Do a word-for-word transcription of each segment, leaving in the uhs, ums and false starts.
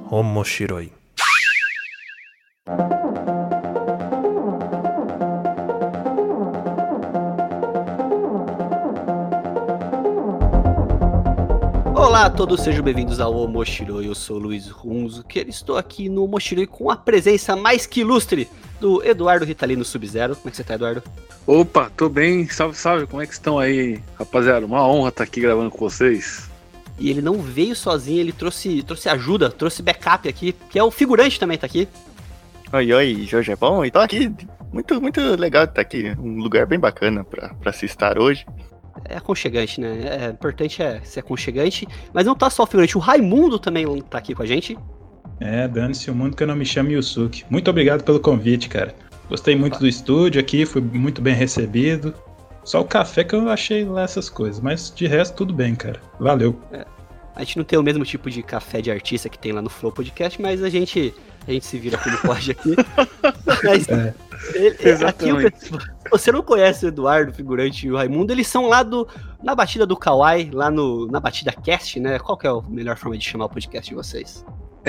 Omoshiroi. Olá a todos, sejam bem-vindos ao Omoshiroi. Eu sou o Luiz Hunzuker, estou aqui no Omoshiroi com a presença mais que ilustre do Eduardo Ritalino Sub-Zero. Como é que você tá, Eduardo? Opa, tô bem, salve, salve, como é que estão aí, rapaziada? Uma honra estar aqui gravando com vocês. E ele não veio sozinho, ele trouxe, trouxe ajuda, trouxe backup aqui, que é o figurante também tá aqui. Oi, oi, Jorge é bom? Então aqui, muito, muito legal estar aqui, um lugar bem bacana pra, pra se estar hoje. É aconchegante, né? É importante é ser aconchegante, mas não tá só o figurante, o Raimundo também tá aqui com a gente. É, dane-se o mundo que eu não me chamo Yusuke. Muito obrigado pelo convite, cara. Gostei muito ah. do estúdio aqui, fui muito bem recebido. Só o café que eu achei lá essas coisas, mas de resto tudo bem, cara. Valeu. É, a gente não tem o mesmo tipo de café de artista que tem lá no Flow Podcast, mas a gente, a gente se vira como pode aqui. Mas é. ele, aqui o, você não conhece o Eduardo, o figurante e o Raimundo, eles são lá do, na batida do Kawaii, lá no, na batida cast, né? Qual que é a melhor forma de chamar o podcast de vocês?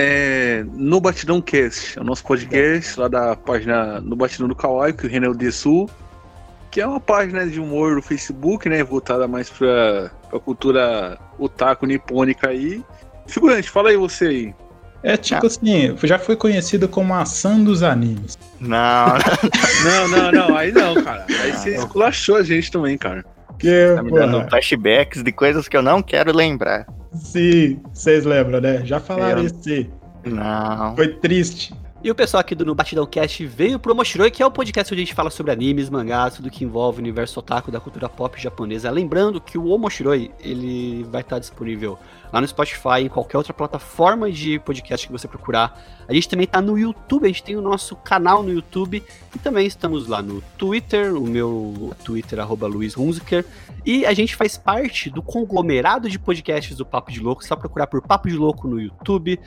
É, no Batidão Cast, é o nosso podcast é. lá da página No Batidão do Kawaii, que o René Desu, que é uma página de humor do Facebook, né, voltada mais pra, pra cultura otaku nipônica aí. Figurante, fala aí você aí. É tipo ah. assim, já foi conhecido como a ação dos animes. Não, não, não, não, aí não, cara. Aí você esculachou a gente também, cara. Que, tá me dando flashbacks de coisas que eu não quero lembrar. Sim, vocês lembram, né? Já falaram eu... isso aí. Não. Foi triste. E o pessoal aqui do No Batidão Cast veio pro Omoshiroi, que é o podcast onde a gente fala sobre animes, mangás, tudo que envolve o universo otaku da cultura pop japonesa. Lembrando que o Omoshiroi, ele vai estar disponível lá no Spotify, em qualquer outra plataforma de podcast que você procurar. A gente também tá no YouTube, a gente tem o nosso canal no YouTube e também estamos lá no Twitter, o meu Twitter, arroba Luiz Hunziker. E a gente faz parte do conglomerado de podcasts do Papo de Louco. Só procurar por Papo de Louco no YouTube,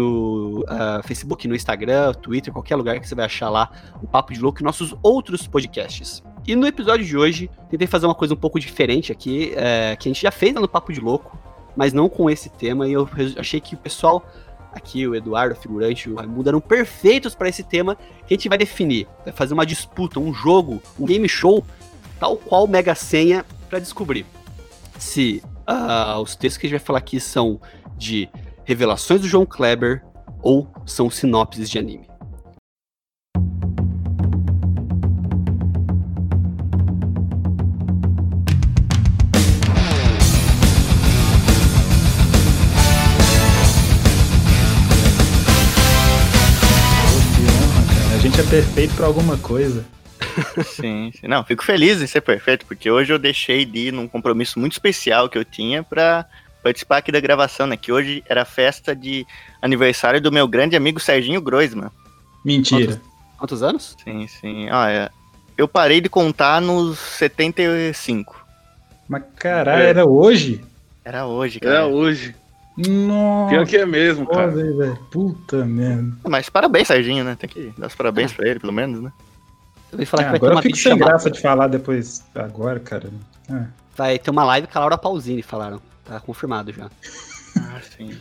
no uh, Facebook, no Instagram, Twitter, qualquer lugar que você vai achar lá o Papo de Louco e nossos outros podcasts. E no episódio de hoje, tentei fazer uma coisa um pouco diferente aqui, é, que a gente já fez lá no Papo de Louco, mas não com esse tema, e eu achei que o pessoal aqui, o Eduardo, o figurante, o Raimundo, eram perfeitos para esse tema que a gente vai definir. Vai fazer uma disputa, um jogo, um game show, tal qual Mega Senha, para descobrir se uh, os textos que a gente vai falar aqui são de revelações do João Kleber ou são sinopses de anime. A gente é perfeito pra alguma coisa. Sim, sim, não, fico feliz em ser perfeito, porque hoje eu deixei de ir num compromisso muito especial que eu tinha pra participar aqui da gravação, né, que hoje era a festa de aniversário do meu grande amigo Serginho Groisman. Mentira. Quantos, quantos anos? Sim, sim, olha, eu parei de contar nos setenta e cinco. Mas caralho, é. era hoje? Era hoje, cara. Era hoje. Nossa. Pior que é mesmo, cara. Véio. Puta merda. Mas parabéns, Serginho, né, tem que dar os parabéns ah. pra ele, pelo menos, né. Eu vou falar é, que vai agora ter uma eu fico sem chamada. Graça de falar depois, agora, cara. É. Vai ter uma live com a Laura Pausini, falaram. Tá confirmado já. Ah, sim.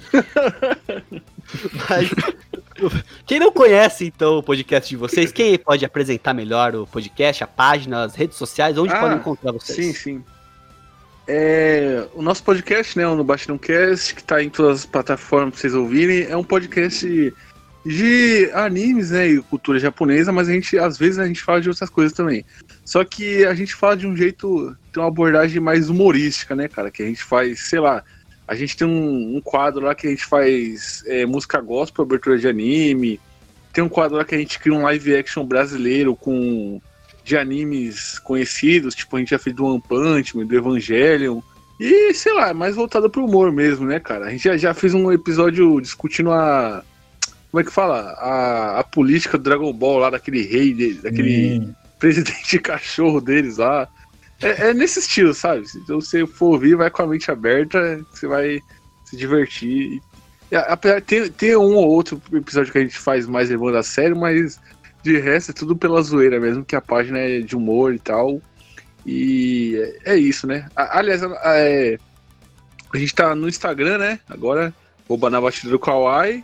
Mas, quem não conhece, então, o podcast de vocês, quem pode apresentar melhor o podcast, a página, as redes sociais, onde ah, podem encontrar vocês? Sim, sim. É, o nosso podcast, né, o No Batidão Cast, que tá em todas as plataformas pra vocês ouvirem, é um podcast de animes, né, e cultura japonesa, mas a gente, às vezes, a gente fala de outras coisas também. Só que a gente fala de um jeito, tem uma abordagem mais humorística, né, cara, que a gente faz, sei lá, a gente tem um, um quadro lá que a gente faz é, música gospel, abertura de anime, tem um quadro lá que a gente cria um live action brasileiro com de animes conhecidos, tipo, a gente já fez do One Punch Man, do Evangelion, e, sei lá, mais voltado pro humor mesmo, né, cara, a gente já, já fez um episódio discutindo a como é que fala? A, a política do Dragon Ball lá, daquele rei, dele, daquele hum. presidente cachorro deles lá. É, é nesse estilo, sabe? Se você for ouvir, vai com a mente aberta, você vai se divertir. E, apesar de ter, ter um ou outro episódio que a gente faz mais levando a sério, mas de resto é tudo pela zoeira mesmo, que a página é de humor e tal. E é, é isso, né? Aliás, é, a gente tá no Instagram, né? Agora, arroba na batida do Kawaii.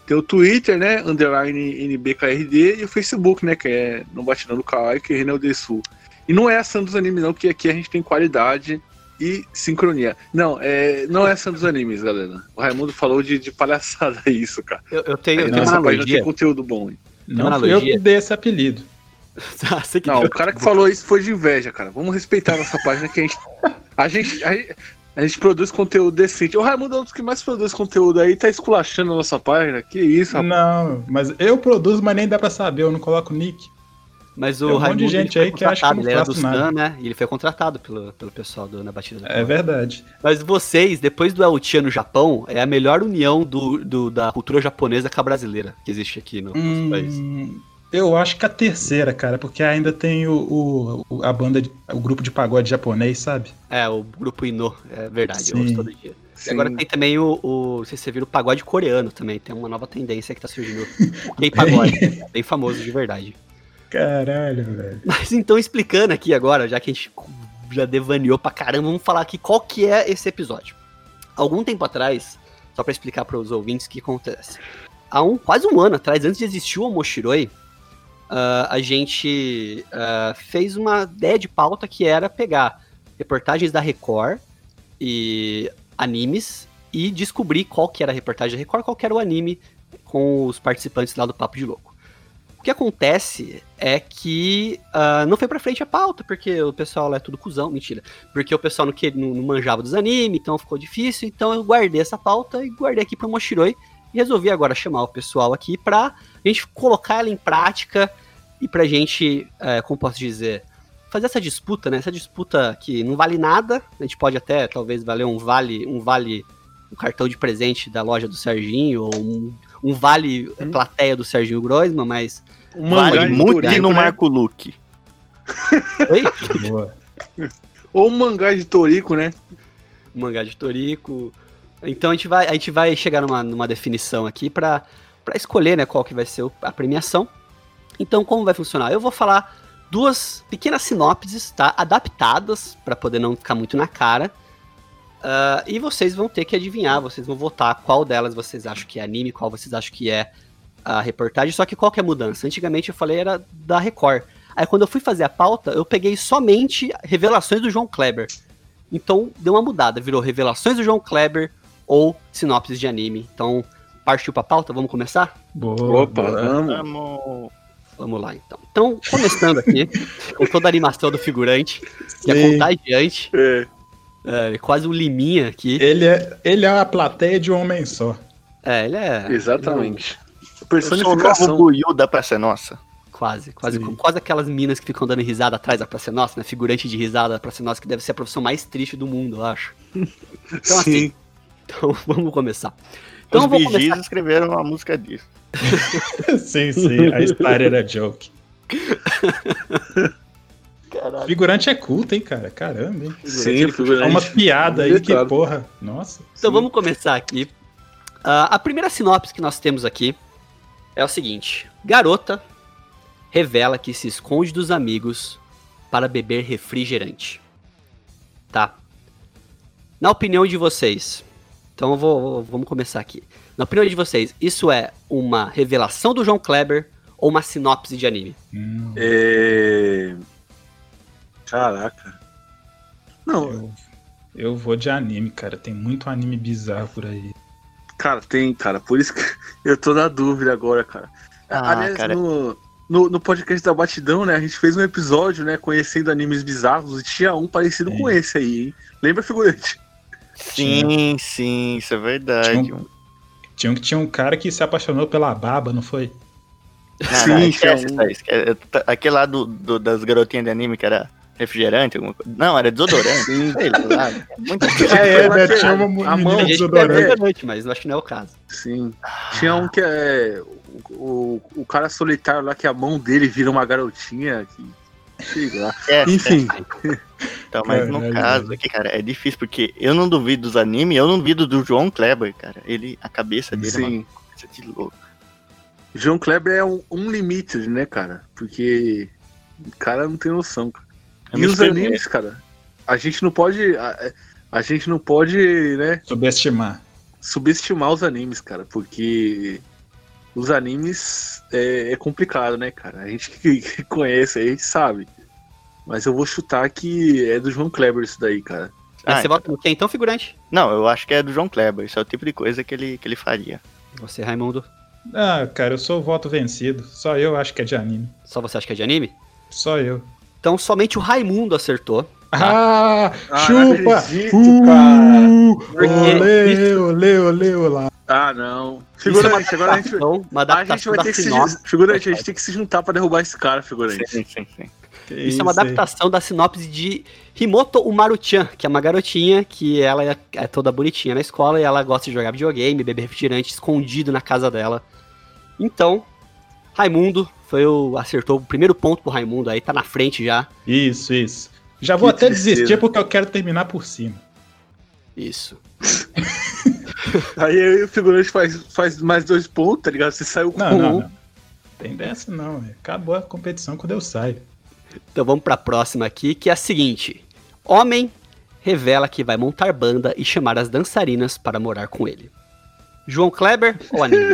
Tem o Twitter, né? Underline N B K R D e o Facebook, né? Que é No Batidão do Kawaii, que é Renel de Sul. E não é a Santos Animes, não, porque aqui a gente tem qualidade e sincronia. Não, é, não é Santos Animes, galera. O Raimundo falou de, de palhaçada isso, cara. Eu, eu tenho, eu tenho uma Essa página analogia. tem conteúdo bom, hein? Não fui eu que dei esse apelido. Você que Não, deu. o cara que falou isso foi de inveja, cara. Vamos respeitar a nossa página que a gente. A gente, a gente, a gente produz conteúdo decente. O Raimundo é um dos que mais produz conteúdo aí, tá esculachando a nossa página. Que isso, rapaz. Não, mas eu produzo, mas nem dá pra saber, eu não coloco nick. Mas o Tem um monte de Raimundo, gente ele aí foi que acha que eu contratado, não ele era do faço nada. Stan, né? E ele foi contratado pelo, pelo pessoal do, na batida do É Kawaii. verdade. Mas vocês, depois do El-Tia no Japão, é a melhor união do, do- da cultura japonesa com a brasileira que existe aqui no nosso país. Hum, eu acho que a terceira, cara, porque ainda tem o, o- o- a banda, de- o grupo de pagode japonês, sabe? É, o grupo Ino, é verdade, eu Sim. ouço todo dia. E Sim. agora tem também o, o, não sei se você viu, o pagode coreano também, tem uma nova tendência que tá surgindo, o K-pagode, bem famoso de verdade. Caralho, velho. Mas então, explicando aqui agora, já que a gente já devaneou pra caramba, vamos falar aqui qual que é esse episódio. Algum tempo atrás, só pra explicar para os ouvintes o que acontece. Há um, quase um ano atrás, antes de existir o Omoshiroi, ah, a gente ah, fez uma ideia de pauta que era pegar reportagens da Record e animes e descobrir qual que era a reportagem da Record, qual que era o anime com os participantes lá do Papo de Louco. O que acontece é que ah, não foi pra frente a pauta, porque o pessoal lá é tudo cuzão, mentira. Porque o pessoal não, que, não, não manjava dos animes, então ficou difícil. Então eu guardei essa pauta e guardei aqui pro Moshiroi. E resolvi agora chamar o pessoal aqui pra gente colocar ela em prática e pra gente, é, como posso dizer, fazer essa disputa, né? Essa disputa que não vale nada. A gente pode até, talvez, valer um vale, um vale, um cartão de presente da loja do Serginho, ou um, um vale Hum. plateia do Serginho Groisman, mas... Um mangá Vale de muito Toriko, no né? Marco Luke. Oi? Boa. Ou um mangá de Toriko, né? Um mangá de Toriko. Então a gente vai, a gente vai chegar numa, numa definição aqui pra, pra escolher, né, qual que vai ser o- a premiação. Então, como vai funcionar? Eu vou falar duas pequenas sinopses, tá? Adaptadas, pra poder não ficar muito na cara. Ah, e vocês vão ter que adivinhar, vocês vão votar qual delas vocês acham que é anime, qual vocês acham que é a reportagem. Só que qual que é a mudança? Antigamente eu falei era da Record. Aí quando eu fui fazer a pauta, eu peguei somente revelações do João Kleber. Então deu uma mudada, virou revelações do João Kleber ou sinopses de anime. Então partiu pra pauta, vamos começar? Boa. Opa, boa. vamos. Vamos. Vamos lá então. Então, começando aqui, com toda a animação do figurante, que é Sim. contagiante, É. é, quase um liminha aqui. Ele é, ele é a plateia de um homem só. É, ele é. Exatamente. Eu sou o novo Personificação. Buiu da Praça é Nossa. Quase, quase, Sim. como, quase aquelas minas que ficam dando risada atrás da Praça Nossa, né? Figurante de risada da Praça Nossa, que deve ser a profissão mais triste do mundo, eu acho. Então, assim, Sim. então vamos começar. Então Os eu vou Bee Gees começar. escreveram uma música disso. Sim, sim. A história era joke. Caralho. Figurante é culto, hein, cara? Caramba, hein? Sim, É figurante. umas piadas aí que, Letrado. porra. Nossa. Então vamos começar aqui. Ah, a primeira sinopse que nós temos aqui é o seguinte: garota revela que se esconde dos amigos para beber refrigerante. Tá? Na opinião de vocês, então eu vou, vou- vamos começar aqui. Na opinião de vocês, isso é uma revelação do João Kleber ou uma sinopse de anime? Hum, É... Caraca. Não, eu, eu vou de anime, cara. Tem muito anime bizarro por aí. cara, tem, cara. Por isso que eu tô na dúvida agora, cara. Ah, Aliás, cara. No, no, no podcast da Batidão, né, a gente fez um episódio, né, conhecendo animes bizarros e tinha um parecido Sim. com esse aí, hein? Lembra, figurante? Sim, sim, isso é verdade. Tinha um- Tinha um, tinha um cara que se apaixonou pela baba, não foi? Não, Sim, não, esquece tinha um- isso aí. esquece. Tá- Aquele lá do, do- das garotinhas de anime que era refrigerante, alguma coisa. Não, era desodorante. Sim. Sei lá. Muito É, lá né? que- Tinha uma a menina mão- Tem de gente que bebe desodorante. refrigerante, mas eu acho que não é o caso. Sim. Tinha um que é. O, o, o cara solitário lá, que a mão dele vira uma garotinha. Que, sei lá. esquece, Enfim. Então, mas no Caralho, caso velho. aqui, cara, é difícil, porque eu não duvido dos animes, eu não duvido do João Kleber, cara. Ele, a cabeça dele é Sim. uma coisa de louco. João Kleber é um, um limited, né, cara? Porque o cara não tem noção, cara. Eu E me os surpreendo. animes, cara, a gente não pode. A, a gente não pode, né, Subestimar. subestimar os animes, cara, porque os animes é, é complicado, né, cara? A gente que, que conhece aí, a gente sabe. Mas eu vou chutar que é do João Kleber isso daí, cara. Mas Ah, você vota no quem então, figurante? Não, eu acho que é do João Kleber. Isso é o tipo de coisa que ele, que ele faria. Você, Raimundo? Ah, cara, eu sou o voto vencido. Só eu acho que é de anime. Só você acha que é de anime? Só eu. Então somente o Raimundo acertou. Ah, Ah, chupa! não acredito, Uh, cara. olê, olê, olê, olá. Ah, não. Isso é uma Figurante, agora a gente, adaptação, uma a adaptação gente vai da ter que se, sinopse. figurante, a gente tem que se juntar pra derrubar esse cara, figurante. Sim, sim, sim. Que Isso é uma aí? adaptação da sinopse de Himoto Umaru-chan, que é uma garotinha que ela é, é toda bonitinha na escola e ela gosta de jogar videogame, beber refrigerante escondido na casa dela. Então, Raimundo foi o, acertou o primeiro ponto pro Raimundo, aí tá na frente já. Isso, isso. Já vou Que até tristeza. desistir porque eu quero terminar por cima. Isso. Aí aí o figurante faz, faz mais dois pontos, tá ligado? Você saiu com Não, não, um. não. Tem dessa não, velho. Acabou a competição quando eu saio. Então vamos pra próxima aqui, que é a seguinte. Homem revela que vai montar banda e chamar as dançarinas para morar com ele. João Kleber ou anime?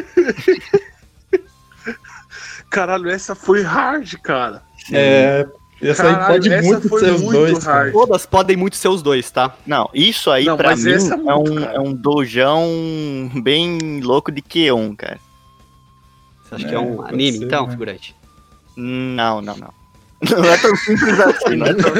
Caralho, essa foi hard, cara. É. Essa Caralho, aí pode essa muito foi ser os muito dois, cara. hard. Todas podem muito ser os dois, tá? Não, isso aí Não, pra mas mim essa é é, muito, um, cara. é um dojão bem louco de Q um, cara. Você acha É, que é um pode anime, ser, então, né? figurante? Não, não, não. Não é tão simples assim, não é tão...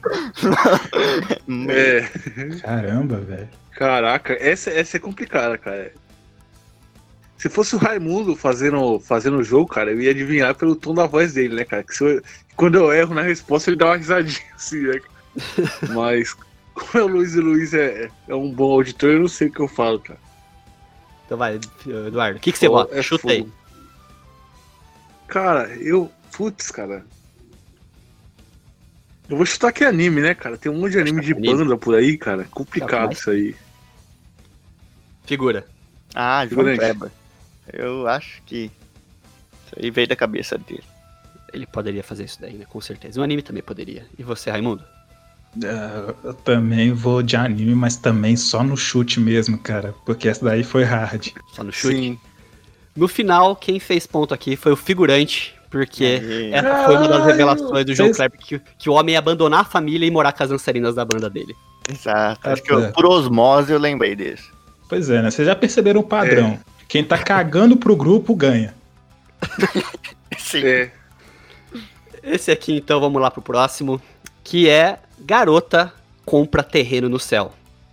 É, Caramba, velho. caraca, essa, essa é complicada, cara. Se fosse o Raimundo fazendo, fazendo o jogo, cara, eu ia adivinhar pelo tom da voz dele, né, cara? Que se eu- quando eu erro na resposta, ele dá uma risadinha assim, né? Mas, como é o Luiz e o Luiz é, é um bom auditor, eu não sei o que eu falo, cara. Então vai, Eduardo, o que, que você Pô, vota? é Chuta aí. fogo. Cara, eu. Putz, cara. Eu vou chutar que é anime, né, cara? Tem um monte de anime de Anime. banda por aí, cara. Complicado Capaz. isso aí. Figura. Ah, João Figurante. Kleber. Eu acho que isso aí veio da cabeça dele. Ele poderia fazer isso daí, né? Com certeza. O anime também poderia. E você, Raimundo? É, eu também vou de anime, mas também só no chute mesmo, cara. Porque essa daí foi hard. Só no chute? Sim. No final, quem fez ponto aqui foi o figurante, porque Aí. essa foi uma das Caralho! revelações do João Vocês- Kleber, que, que o homem ia abandonar a família e morar com as dançarinas da banda dele. Exato. Tá Acho que eu, certo. por osmose eu lembrei desse. Pois é, né? Vocês já perceberam o padrão. Quem tá cagando pro grupo ganha. Sim. É. Esse aqui, então, vamos lá pro próximo, que é Garota Compra Terreno no Céu.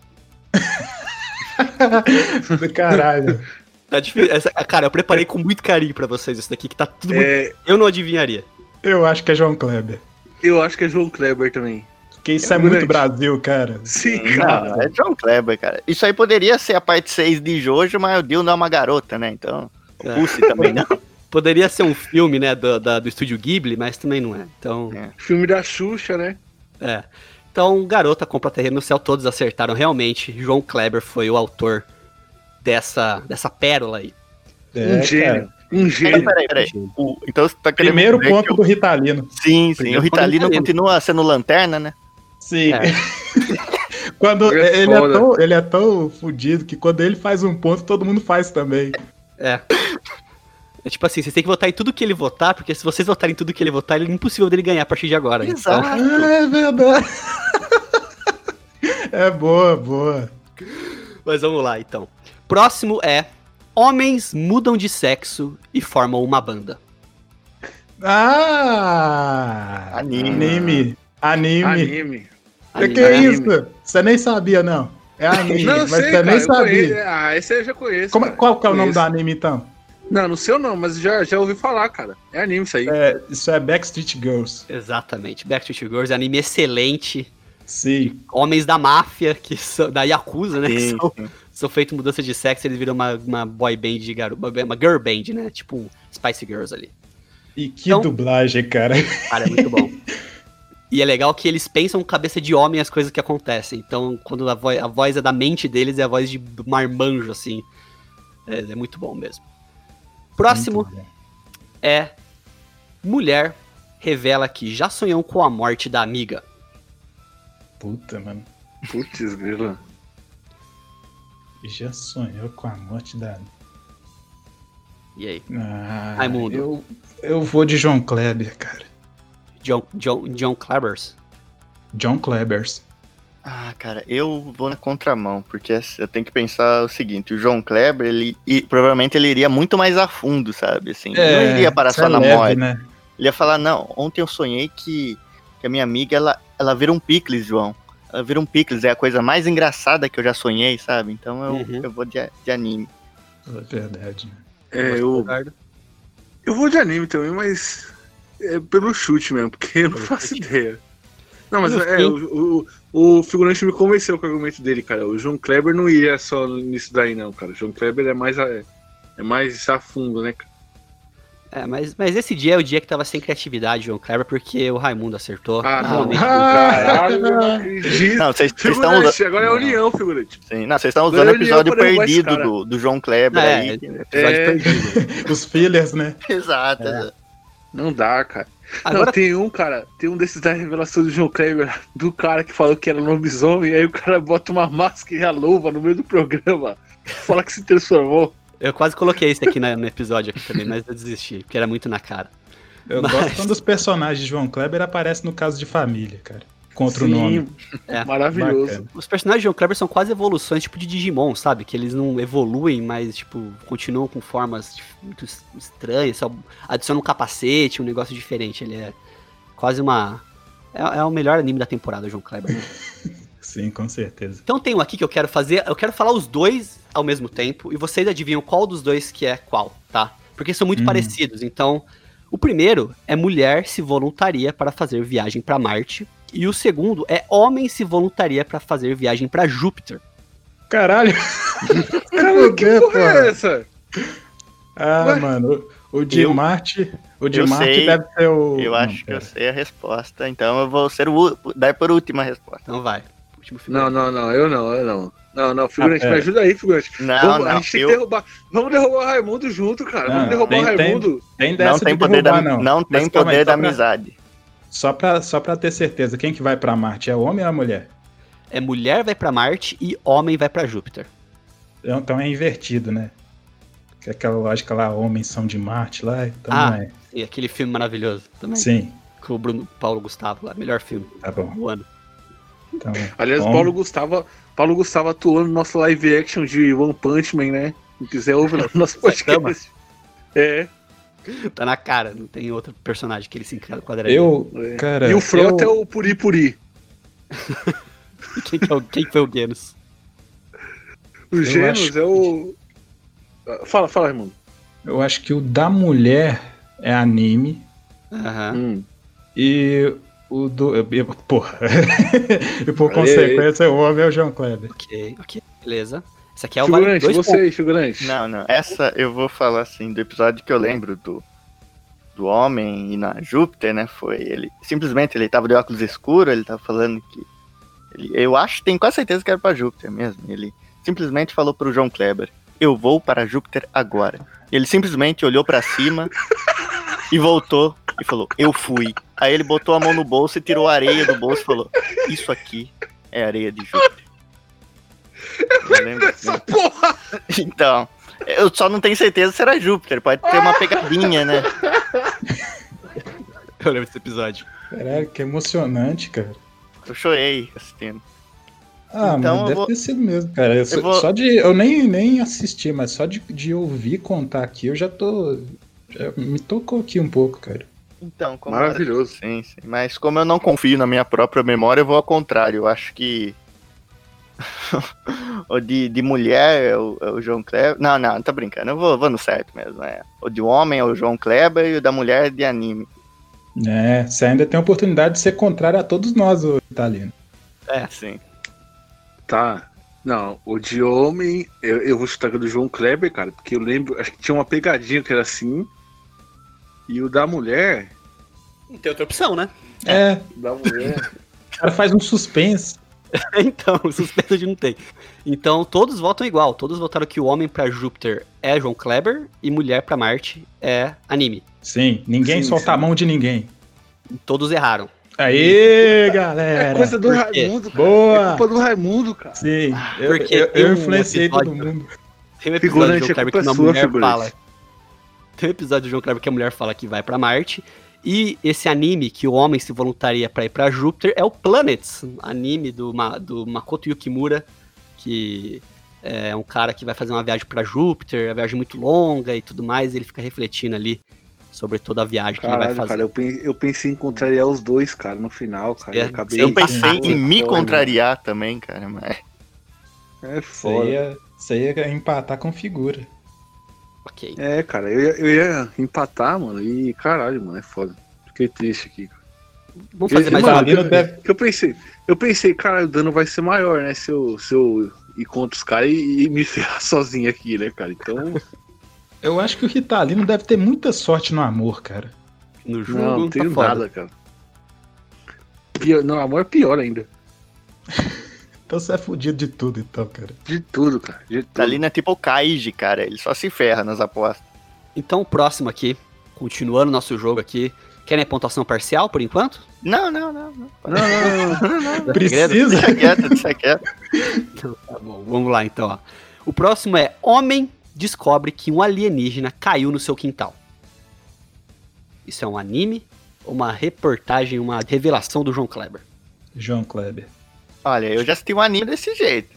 Do caralho. Tá difícil. Essa- cara, eu preparei com muito carinho pra vocês isso daqui, que tá tudo muito... É, Eu não adivinharia. Eu acho que é João Kleber. eu acho que é João Kleber também. Porque isso é, É muito grande. Brasil, cara. Sim, Não, cara. é John Kleber, cara. Isso aí poderia ser a parte seis de Jojo, mas o Dio não é uma garota, né? Então, o É. Pussy também não. Poderia ser um filme, né, do, da- do estúdio Ghibli, mas também não é. Então, É. Filme da Xuxa, né? é. Então, Garota Compra Terreno no Céu, todos acertaram realmente. João Kleber foi o autor dessa, dessa pérola aí. É, um gênio. cara. Um Peraí, gênio. peraí, peraí. O- então você tá querendo Primeiro dizer ponto que o- do Ritalino. Sim, sim. Primeiro O Ritalino ponto do continua sendo lanterna, né? Sim. É. Quando É ele, é foda. tão, ele é tão fudido que quando ele faz um ponto, todo mundo faz também. É. É tipo assim, vocês têm que votar em tudo que ele votar, porque se vocês votarem em tudo que ele votar, ele é impossível dele ganhar a partir de agora. Então, Ah, é verdade. É boa, boa. mas vamos lá, então. Próximo é Homens mudam de sexo e formam uma banda. Ah! Anime. Anime. Anime. Anime. É Anime. que é Anime. isso? Você nem sabia, não. É anime, Não, eu mas sei, você cara. nem eu conheço. sabia. Ah, esse eu já conheço. Como- cara. qual que é o nome Conheço. do anime, então? Não, não sei o nome, mas já, já ouvi falar, cara. É anime isso aí. É, isso é Backstreet Girls. Exatamente. Backstreet Girls, anime excelente. Sim. Homens da máfia, que são, da Yakuza, né? Que Sim, são, sim. são feitos mudança de sexo, eles viram uma, uma boy band de garoto, uma, uma girl band, né? Tipo um Spice Girls ali. E que Então- dublagem, cara. Cara, é muito bom. E é legal que eles pensam com cabeça de homem as coisas que acontecem. Então, quando a voz, a voz é da mente deles, é a voz de marmanjo, assim. É, é muito bom mesmo. Próximo Muito bom. é Mulher revela que já sonhou com a morte da amiga. Puta, mano. Putz, grila. Já sonhou com a morte da. E aí? Ah, Raimundo. Eu, eu vou de João Kleber, cara. John, John, John Klebers? John Klebers. Ah, cara, eu vou na contramão, porque eu tenho que pensar o seguinte, o João Kleber, ele e, provavelmente ele iria muito mais a fundo, sabe? Assim, É, não iria parar isso só é na leve, morte. né? Ele ia falar, não, ontem eu sonhei que, que a minha amiga, ela, ela vira um picles, João. Ela vira um picles, é a coisa mais engraçada que eu já sonhei, sabe? Então eu, Uhum. eu vou de, de anime. É verdade. É, eu, eu vou de anime também, mas é pelo chute mesmo, porque eu não Pelo faço chute. ideia. Não, mas No é, fim- o, o, o figurante me convenceu com o argumento dele, cara. O João Kleber não iria só nisso daí, não, cara. O João Kleber é mais, é, é mais a fundo, né, cara? É, mas, mas esse dia é o dia que tava sem criatividade, João Kleber, porque o Raimundo acertou. Ah, não. Realmente. Caralho, eu não acredito. Não, vocês vocês estão Figurante, usando... agora é a União, figurante. Sim, não, vocês estão Agora usando o eu episódio ia pra derrubar esse perdido cara. do, do João Kleber É, aí. episódio É. perdido. Os fillers, né? Exato. É. Não dá, cara. Agora, Não, tem um, cara, tem um desses da revelação do João Kleber, do cara que falou que era lobisomem, aí o cara bota uma máscara e a luva no meio do programa, fala que se transformou. eu quase coloquei esse aqui na- no episódio aqui também, mas eu desisti, porque era muito na cara. Eu Mas- gosto quando os personagens de João Kleber aparecem no Caso de Família, cara. Contra o nome. É, maravilhoso. Bacana. Os personagens de João Kleber são quase evoluções, tipo de Digimon, sabe? Que eles não evoluem, mas, tipo, continuam com formas dif- muito es- estranhas, só adicionam um capacete, um negócio diferente. Ele é quase uma... É, é o melhor anime da temporada, o João Kleber, né? Sim, com certeza. Então tem um aqui que eu quero fazer, eu quero falar os dois ao mesmo tempo, e vocês adivinham qual dos dois que é qual, tá? Porque são muito Hum. parecidos, então... O primeiro é mulher se voluntaria para fazer viagem para Marte, e o segundo é homem se voluntaria para fazer viagem para Júpiter. Caralho! Cara, que porra é essa? Ah, Ué? mano, o, o de Eu- Marte. O de eu Marte sei, deve ser o. Eu Não, acho que eu pera. sei a resposta, então eu vou ser o u- dar por última resposta. Então vai. Último Não, figurante. não, não, eu não, eu não. Não, não, figurante, Ah, me pera. ajuda aí, figurante. Não, Vamos, a não, gente tem eu- que derrubar. Vamos derrubar o Raimundo junto, cara. Não, Vamos derrubar tem- o Raimundo. Tem dessa Não tem de poder da, derrubar, não. não tem Mas calma aí, poder da só pra- amizade. Só pra, só pra ter certeza, quem que vai pra Marte? É o homem ou a mulher? É mulher vai para Marte e homem vai para Júpiter. Então é invertido, né? Que é aquela lógica lá, homens são de Marte lá, então Ah. não é. E aquele filme maravilhoso também. Sim, Com o Bruno Paulo Gustavo lá. Melhor filme tá bom. do ano. Então, Aliás, homem- Paulo Gustavo, Paulo Gustavo atuou no nosso live action de One Punch Man, né? Se quiser ouvir lá no nosso podcast. É. Tá na cara, não tem outro personagem que ele se enquadraria. eu, é. cara. E o Frota eu, é o Puri Puri. Quem, que é o, quem foi o Genos? O Eu Genos acho é o. Ah, Fala, fala, Raimundo. eu acho que o da mulher é anime Aham. Hum. e o do. eu- eu- Porra. e por Aí, consequência, o homem é o João Kleber. Ok, ok. Beleza. Esse aqui é o vale Figurante, dois você pontos. aí, figurante. Não, não. Essa eu vou falar assim, do episódio que eu lembro do, do homem e na Júpiter, né? Foi ele. Simplesmente ele tava de óculos escuros, ele tava falando que. Ele, eu acho, tenho quase certeza que era pra Júpiter mesmo. Ele simplesmente falou pro João Kleber: eu vou para Júpiter agora. Ele simplesmente olhou pra cima e voltou e falou: eu fui. Aí ele botou a mão no bolso e tirou a areia do bolso e falou: isso aqui é areia de Júpiter. Eu lembro assim. Essa porra! Então, eu só não tenho certeza se era Júpiter, pode ter uma pegadinha, né? Eu lembro desse episódio. Caralho, que emocionante, cara. Eu chorei assistindo. Ah, Então, mas eu deve vou- ter sido mesmo, cara. Eu só, vou- só de. Eu nem, nem assisti, mas só de, de ouvir contar aqui, eu já tô. Já me tocou aqui um pouco, cara. Então, como Maravilhoso. Sim, sim. Mas como eu não confio na minha própria memória, eu vou ao contrário. Eu acho que. o de, de mulher é o, é o João Kleber. Não, não, não tô brincando. Eu vou, vou no certo mesmo. É. O de homem é o João Kleber e o da mulher é de anime. É, você ainda tem a oportunidade de ser contrário a todos nós, ô Italino. É, Sim. Tá. Não, o de homem, eu, eu vou chutar do João Kleber, cara, porque eu lembro, acho que tinha uma pegadinha que era assim. E o da mulher. não tem outra opção, né? É, Da mulher. o cara faz um suspense. Então, suspeito de não tem. Então, todos votam igual. Todos votaram que o homem pra Júpiter é João Kleber e mulher pra Marte é anime. Sim, ninguém Sim, solta sim. a mão de ninguém. E todos erraram. Aê, É galera! coisa do por quê? Raimundo, cara. Boa! É culpa do Raimundo, cara. Sim, eu, porque eu, tem eu um influenciei episódio- todo mundo. Tem um episódio Figurante, de João a Kleber culpa que uma é sua, mulher figurante. fala Tem um episódio do João Kleber que a mulher fala que vai pra Marte. E esse anime que o homem se voluntaria pra ir pra Júpiter é o Planets, anime do, Ma- do Makoto Yukimura, que é um cara que vai fazer uma viagem pra Júpiter, uma viagem muito longa e tudo mais, e ele fica refletindo ali sobre toda a viagem que ele vai Caralho, fazer. cara, eu, pen- eu pensei em contrariar os dois, cara, no final, cara. É, eu acabei Eu pensei Empatar. em me Foda, contrariar também, cara, mas... É Você foda. ia, você ia empatar com figura. Ok. É, cara, eu ia, eu ia empatar, mano, e caralho, mano, é foda. Fiquei triste aqui. Vamos fazer Esse- mais mano, uma. Ritalino eu, deve- eu pensei, eu pensei, cara, o dano vai ser maior, né, se eu, se eu ir contra os caras e, e me ferrar sozinho aqui, né, cara, então... Eu acho que o Ritalino deve ter muita sorte no amor, cara. No jogo, Não, não tá tenho foda. nada, cara. Pior, não, amor é pior ainda. Então você é fudido de tudo, então, cara. De tudo, cara, de tudo. Talina é tipo o Kaiji, cara. Ele só se ferra nas apostas. Então, o próximo aqui, continuando o nosso jogo aqui. Querem a pontuação parcial por enquanto? Não, não, não. não. Não, não, não, não. Precisa? Deixa quieto, deixa quieto. Então, tá bom, vamos lá então, ó. O próximo é: homem descobre que um alienígena caiu no seu quintal. Isso é um anime ou uma reportagem, uma revelação do João Kleber? João Kleber. Olha, eu já assisti um anime desse jeito.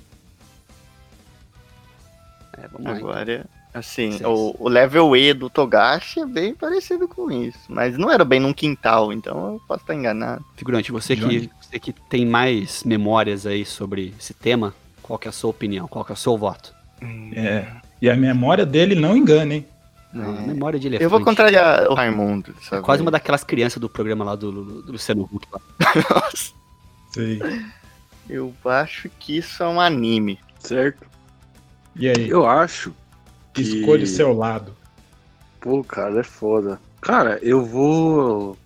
É, vamos lá. Então. Agora, assim, Sim. o, o level E do Togashi é bem parecido com isso. Mas não era bem num quintal, então eu posso estar enganado. Figurante, você que, Johnny. você que tem mais memórias aí sobre esse tema, qual que é a sua opinião? Qual que é o seu voto? É. E a memória dele não engana, hein? Não, memória de elefante. Eu vou contrariar o Raimundo. É Sabe? quase uma daquelas crianças do programa lá do, do, do Luciano Huck. Lá. Nossa, Sei. eu acho que isso é um anime. Certo. E aí? Eu acho que... Escolha o seu lado. Pô, cara, é foda. Cara, eu vou...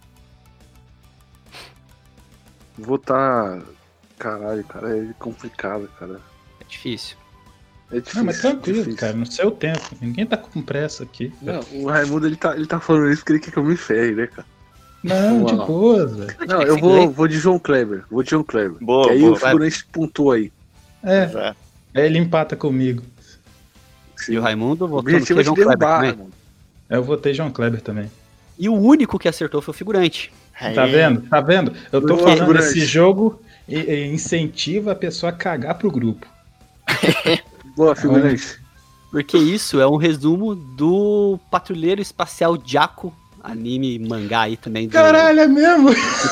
Vou tá... Caralho, cara, é complicado, cara. É difícil. É difícil. Não, mas tranquilo, difícil. cara. No seu tempo. Ninguém tá com pressa aqui. Não, o Raimundo, ele tá, ele tá falando isso porque ele quer que eu me ferre, né, cara? Não, de Vamos lá. boa, velho. Não, eu vou, vou de João Kleber. Vou de João Kleber. Boa, que aí boa, o figurante pontuou aí. É, Exato. aí ele empata comigo. Sim. E o Raimundo O votou no objetivo que é te João Kleber derrubar, também. Raimundo. Eu votei João Kleber também. E o único que acertou foi o figurante. Tá Aí, vendo? Tá vendo? Eu tô Boa, falando, figurante. esse jogo e- e incentiva a pessoa a cagar pro grupo. Boa, figurante. Porque isso é um resumo do Patrulheiro Espacial Jaco, anime mangá aí também. Do, Caralho, é mesmo?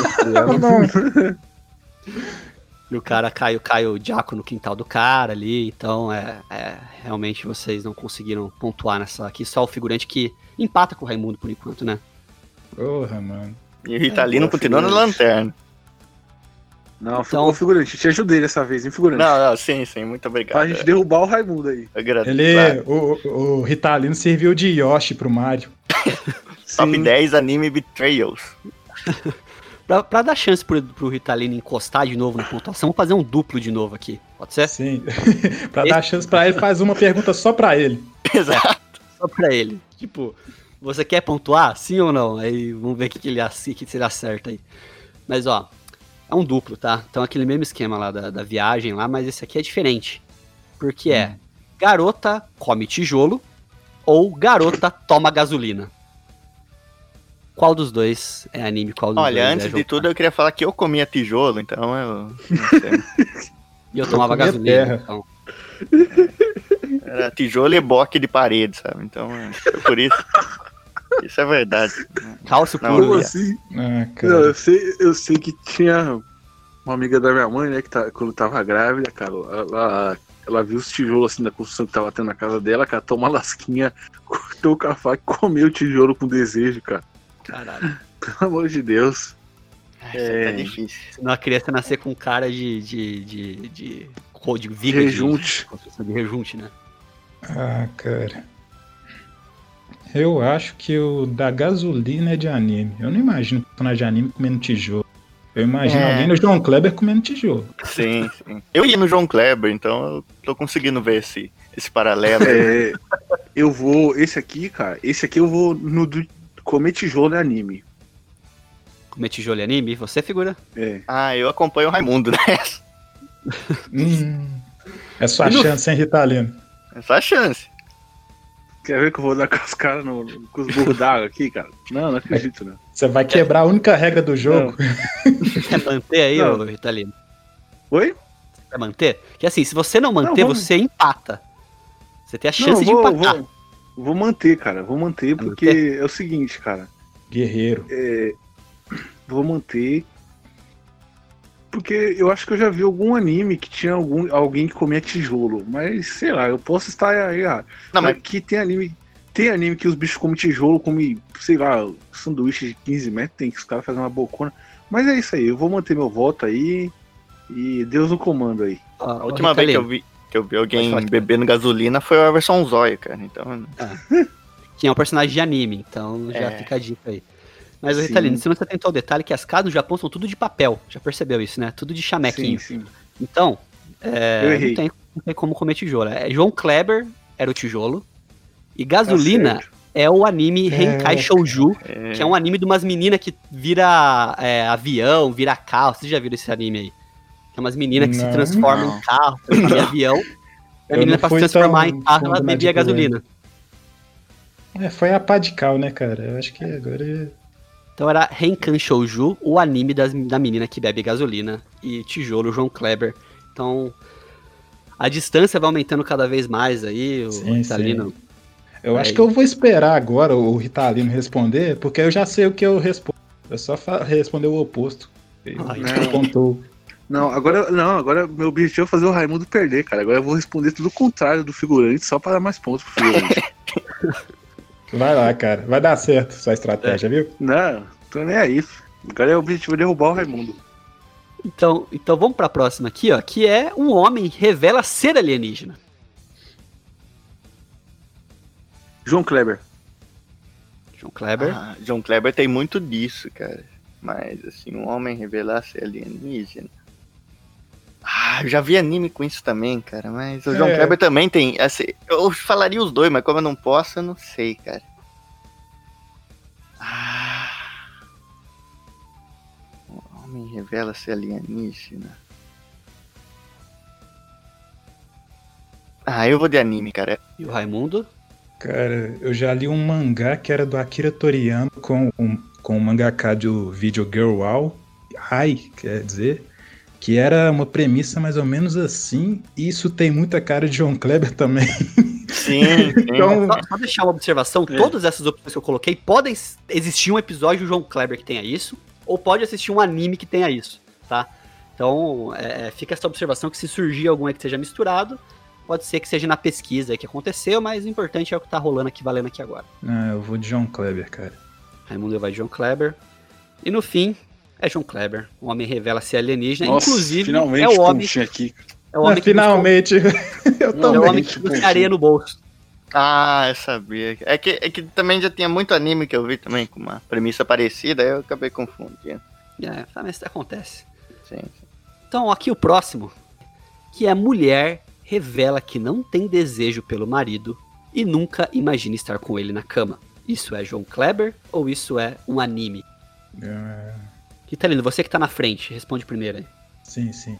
E o cara caiu, caiu o Jaco no quintal do cara ali. Então, é, é, realmente vocês não conseguiram pontuar nessa aqui. Só o figurante que empata com o Raimundo por enquanto, né? Porra, mano. E o Ritalino Boa, continua na figurante. lanterna. Não, Então- então... figurante, te ajudei dessa vez, hein, figurante? Não, não, sim, sim, muito obrigado. Pra gente derrubar o Raimundo aí. Eu agradeço. Ele, Claro. o, o Ritalino serviu de Yoshi pro Mario. Top Sim. dez anime betrayals. Pra, pra dar chance pro, pro Ritalino encostar de novo na pontuação, vamos fazer um duplo de novo aqui. Pode ser? Sim. Pra dar chance pra ele, faz uma pergunta só pra ele. Exato. Só pra ele. Tipo, você quer pontuar? Sim ou não? Aí vamos ver o que, que ele ace- que se ele acerta aí. Mas ó, é um duplo, tá? Então aquele mesmo esquema lá da, da viagem lá, mas esse aqui é diferente. Porque é garota come tijolo ou garota toma gasolina. Qual dos dois é anime? Qual dos Olha, dois antes é de jogo? tudo eu queria falar que eu comia tijolo, então eu não sei. E eu tomava Eu comia gasolina. terra. Então. Era tijolo e boque de parede, sabe? Então, é foi por isso. Isso é verdade. Cálcio Não, puro. Como Olha. assim? Ah, Não, cara. eu sei, eu sei que tinha uma amiga da minha mãe, né, que tá, quando tava grávida, cara, ela, ela viu os tijolos assim da construção que tava tendo na casa dela, catou uma lasquinha, cortou com a faca e comeu o tijolo com desejo, cara. Caralho. Pelo amor de Deus. Isso É. tá difícil. Senão a criança nascer com cara de. de. de. de. de, de viga Rejunte. De, de construção de rejunte, né? Ah, cara. Eu acho que o da gasolina é de anime. Eu não imagino personagem de anime comendo tijolo. Eu imagino É. alguém no João Kleber comendo tijolo. Sim, sim. Eu ia no João Kleber, então eu tô conseguindo ver esse, esse paralelo. É, eu vou. Esse aqui, cara, esse aqui eu vou no do comer tijolo é anime. Comer tijolo e anime, você figura. É. Ah, eu acompanho o Raimundo nessa. Hum. É sua E no- chance, hein, Ritalino? É só a chance. Quer ver que eu vou dar com os caras no, com os burros d'água aqui, cara? Não, não acredito, não. Você vai quebrar a única regra do jogo. Você quer manter aí, ô Ritalino? Oi? Você quer manter? Que assim, se você não manter, não, vamos... você empata. Você tem a chance não, vou, de empatar. Vou, vou manter, cara. Vou manter vai porque manter? É o seguinte, cara. Guerreiro. É, vou manter... Porque eu acho que eu já vi algum anime que tinha algum, alguém que comia tijolo. Mas, sei lá, eu posso estar errado. Não, mas que tem anime, tem anime que os bichos comem tijolo, comem, sei lá, sanduíche de quinze metros, tem que os caras fazem uma bocona. Mas é isso aí, eu vou manter meu voto aí e Deus no comando aí. Ah, a última vez que eu vi, que eu vi alguém bebendo gasolina foi a versão Zóio, cara. Então... Ah, que é um personagem de anime, então já é. Fica a dica aí. Mas, Ritalino, se você tentou o detalhe que as casas no Japão são tudo de papel. Já percebeu isso, né? Tudo de chamequinho. Sim, sim. Então, é, não, tem, não tem como comer tijolo. É, João Kleber era o tijolo. E Gasolina tá é o anime Henkai é, Shouju, é. que é um anime de umas meninas que vira é, avião, vira carro. Vocês já viram esse anime aí? Que é umas meninas que não, se transformam não. em carro, em avião. E a menina, pra se transformar em carro, ela bebia gasolina. É, foi a pá de cal, né, cara? Eu acho que agora... Então era Henkan Shouju, o anime das, da menina que bebe gasolina, e tijolo, João Kleber. Então, a distância vai aumentando cada vez mais aí, o sim, Ritalino. Sim. Eu aí. acho que eu vou esperar agora o Ritalino responder, porque eu já sei o que eu respondo. Eu só responder o oposto. Não. Contou. Não, agora, não, agora meu objetivo é fazer o Raimundo perder, cara. Agora eu vou responder tudo o contrário do figurante, só para dar mais pontos pro figurante. Vai lá, cara. Vai dar certo sua estratégia, é. viu? Não, tô nem aí. Agora é o objetivo de derrubar o Raimundo. Então, então vamos pra próxima aqui, ó. Que é um homem revela ser alienígena. João Kleber. João Kleber. Ah, João Kleber tem muito disso, cara. Mas, assim, um homem revelar ser alienígena... Ah, eu já vi anime com isso também, cara, mas o João é. Kleber também tem, assim, eu falaria os dois, mas como eu não posso, eu não sei, cara. Ah, o homem revela ser alienígena. Ah, eu vou de anime, cara. E o Raimundo? Cara, eu já li um mangá que era do Akira Toriyama com, um, com o mangaka do Video Girl Wow, Ai, quer dizer... Que era uma premissa mais ou menos assim, e isso tem muita cara de João Kleber também. Sim, então, só, só deixar uma observação, é. todas essas opções que eu coloquei, podem existir um episódio do João Kleber que tenha isso, ou pode assistir um anime que tenha isso, tá? Então, é, fica essa observação que se surgir algum aí que seja misturado, pode ser que seja na pesquisa aí que aconteceu, mas o importante é o que tá rolando aqui, valendo aqui agora. Ah, eu vou de João Kleber, cara. Raimundo vai de João Kleber. E no fim... É João Kleber, o homem revela ser alienígena, Nossa, inclusive finalmente é o homem, aqui. É o homem é, que finalmente, buscou, eu também. É o homem que busca areia no bolso. Ah, eu sabia. É que, é que também já tinha muito anime que eu vi também com uma premissa parecida, aí eu acabei confundindo. É, mas acontece. Sim, sim. Então aqui o próximo, que é mulher revela que não tem desejo pelo marido e nunca imagina estar com ele na cama. Isso é João Kleber ou isso é um anime? É... Ritalino, você que tá na frente, responde primeiro aí. Sim, sim.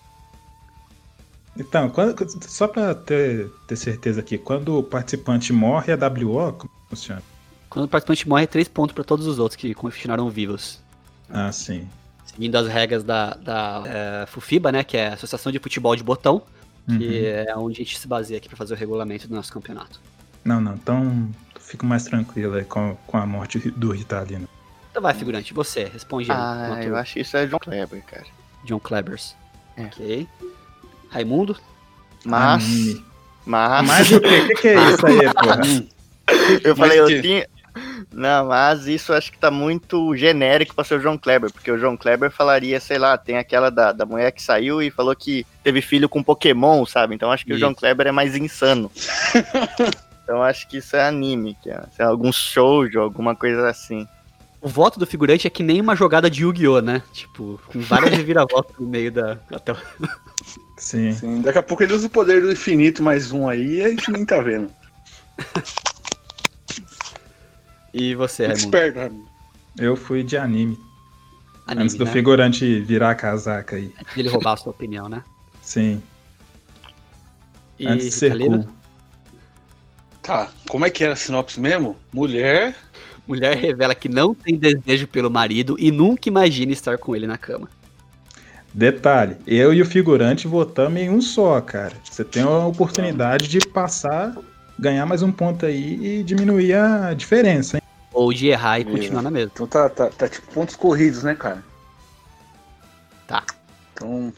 Então, quando, só pra ter, ter certeza aqui, quando o participante morre, é W O? Como funciona? Quando o participante morre, é três pontos pra todos os outros que continuaram vivos. Ah, sim. Seguindo as regras da, da é, FUFIBA, né, que é a Associação de Futebol de Botão, que uhum. é onde a gente se baseia aqui pra fazer o regulamento do nosso campeonato. Não, não, então fico mais tranquilo aí com, com a morte do Ritalino. Então vai, figurante, você, responde aí. Ah, eu acho que isso é João Kleber, cara. John Klebers. É. Ok. Raimundo? Mas... Anime. Mas... Mas o quê? O que, que é isso aí, porra? Eu falei, eu tinha... Não, mas isso acho que tá muito genérico pra ser o João Kleber, porque o João Kleber falaria, sei lá, tem aquela da, da mulher que saiu e falou que teve filho com Pokémon, sabe? Então acho que isso. O João Kleber é mais insano. Então acho que isso é anime, que é, é algum shoujo, alguma coisa assim. O voto do figurante é que nem uma jogada de Yu-Gi-Oh, né? Tipo, com várias reviravoltas no meio da... Até... Sim. Sim. Daqui a pouco ele usa o poder do infinito mais um aí e a gente nem tá vendo. E você, Raimundo? Esperto, Raimundo. Eu fui de anime. anime Antes do né? figurante virar a casaca aí. Antes de ele roubar a sua opinião, né? Sim. E Antes de ser cool. Tá, como é que era a sinopse mesmo? Mulher. Mulher revela que não tem desejo pelo marido e nunca imagina estar com ele na cama. Detalhe, eu e o figurante votamos em um só, cara. Você tem a oportunidade de passar, ganhar mais um ponto aí e diminuir a diferença, hein? Ou de errar e Beleza. continuar na mesma. Então tá, tá, tá tipo pontos corridos, né, cara? Tá. Então.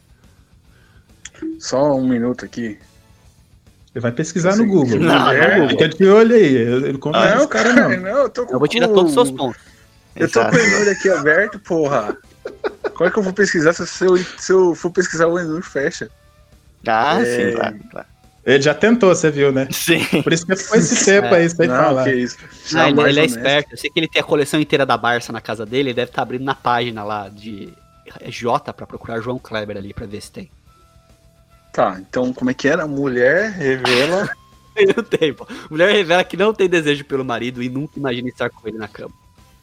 Só um minuto aqui. Você vai pesquisar Assim, no Google. Não, mulher- no Google. Fica de olho aí. Eu, eu confio Não, nesse cara, não. não, eu tô com Eu vou tirar o- todos os seus pontos. Eu tô Exato. com o e-mail aqui aberto, porra. Como é que eu vou pesquisar se eu, se eu for pesquisar o e-mail fecha? Ah, É. sim, claro, claro. Ele já tentou, você viu, né? Sim. Por isso que ficou esse tempo É. aí sem Não, falar. que isso. Não, ele, Jamais ele é honesto. esperto. Eu sei que ele tem a coleção inteira da Barça na casa dele. Ele deve estar abrindo na página lá de J pra procurar João Kleber ali pra ver se tem. Tá, então como é que era? Mulher revela. Ele não tem, pô. Mulher revela que não tem desejo pelo marido e nunca imagina estar com ele na cama.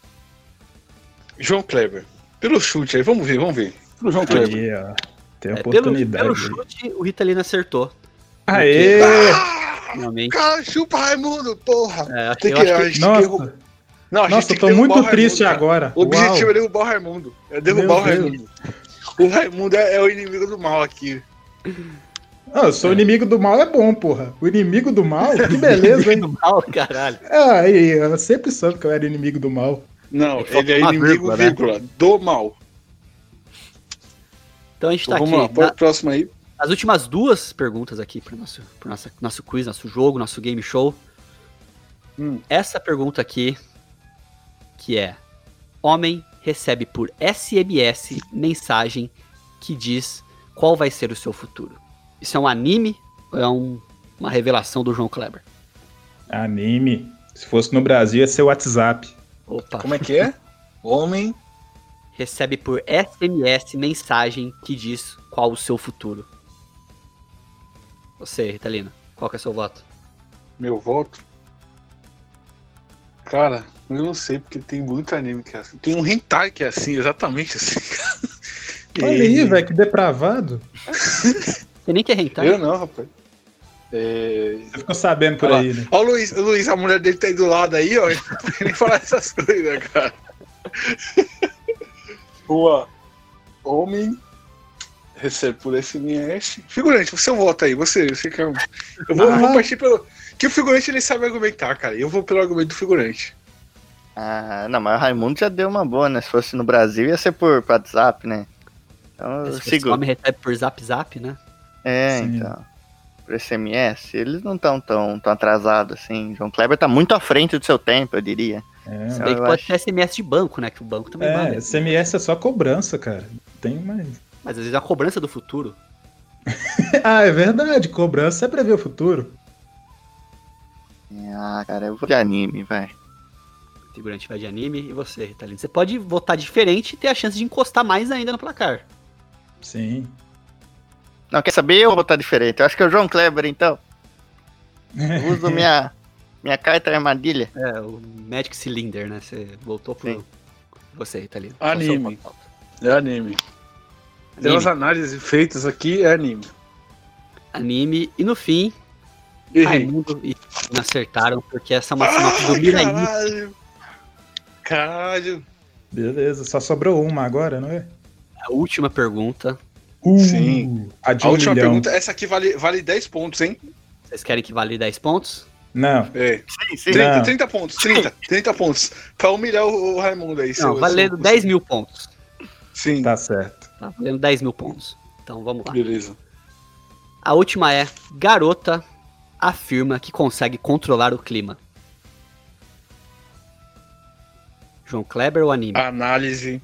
João Kleber. Pelo chute aí, vamos ver, vamos ver. Pelo João Kleber. Aí, ó. Tem É, pelo, oportunidade. pelo aí. chute, o Ritalino acertou. Aê! Finalmente. Cara, chupa Raimundo, porra! É, acho, Tem eu que, acho a que gente tem que derru- Nossa, Não, a gente nossa, tem eu que tô derrubar muito o Raimundo, triste cara. agora. O objetivo Uau. é derrubar o Raimundo. É derrubar Meu o Raimundo. O Raimundo é, é o inimigo do mal aqui. Ah, eu sou o inimigo do mal, é bom, porra. O inimigo do mal? Que beleza, hein? do mal, caralho. Ah, aí, eu sempre soube que eu era inimigo do mal. Não, Falta ele é uma inimigo, vírgula, né? vírgula, do mal. Então a gente Então, tá vamos lá, aqui. pô- Na- próximo aí. as últimas duas perguntas aqui pro nosso, pro nosso, nosso quiz, nosso jogo, nosso game show. Hum. Essa pergunta aqui, que é: homem recebe por S M S mensagem que diz qual vai ser o seu futuro. Isso é um anime ou é um- uma revelação do João Kleber? Anime. Se fosse no Brasil, ia ser o WhatsApp. Opa. Como é que é? Homem. Recebe por S M S mensagem que diz qual o seu futuro. Você, Ritalina, qual que é o seu voto? Meu voto? Cara, eu não sei, porque tem muito anime que é assim. Tem um hentai que é assim, exatamente assim. Olha aí, velho, que depravado. Você nem quer rentar? Eu não, rapaz. É... Você ficou sabendo por Olha lá. aí, né? Ó, o Luiz, o Luiz, a mulher dele tá aí do lado aí, ó. Ele não pode nem falar essas coisas, cara. Boa. Homem recebe por S M S. Figurante, você vota aí, você, você quer. Eu vou, Ah. vou partir pelo. Que o figurante ele sabe argumentar, cara. Eu vou pelo argumento do figurante. Ah, não, mas o Raimundo já deu uma boa, né? Se fosse no Brasil, ia ser por por WhatsApp, né? Então, eu Se esse sigo. homem recebe por zap zap, né? É, Sim. então. Por S M S, eles não estão tão, tão atrasados assim. João Kleber tá muito à frente do seu tempo, eu diria. É, Se bem que eu pode acho. ter S M S de banco, né? Que o banco também é, manda. S M S é só cobrança, cara. Tem mais. Mas às vezes é a cobrança do futuro. Ah, é verdade. Cobrança é prever o futuro. Ah, cara, eu vou de anime, vai. O figurante vai de anime e você, Ritalino. Você pode votar diferente e ter a chance de encostar mais ainda no placar. Sim. Não, quer saber? Eu vou votar diferente. Eu acho que é o João Kleber, então. Eu uso minha, minha carta armadilha. É, o Magic Cylinder, né? Você voltou pro. Sim. Você, Ritalino. Anime. Qual o seu voto? É anime. Tem umas Anime. análises feitas aqui, é anime. Anime. E no fim, Errei. Raimundo e não acertaram, porque essa é uma sinopse do Mirai. caralho. Caralho. Beleza, só sobrou uma agora, não é? A última pergunta. Uh, Sim. A de A um última milhão. pergunta, essa aqui vale, vale dez pontos, hein? Vocês querem que vale dez pontos? Não. É. Sim, sim. trinta, Não. trinta pontos, trinta, trinta pontos. Pra humilhar o, o Raimundo aí. Não, seu- valendo seu- dez mil pontos. Sim, Tá certo. Tá valendo dez mil pontos. Então vamos lá. beleza. A última é: garota afirma que consegue controlar o clima. João Kleber ou anime? Análise.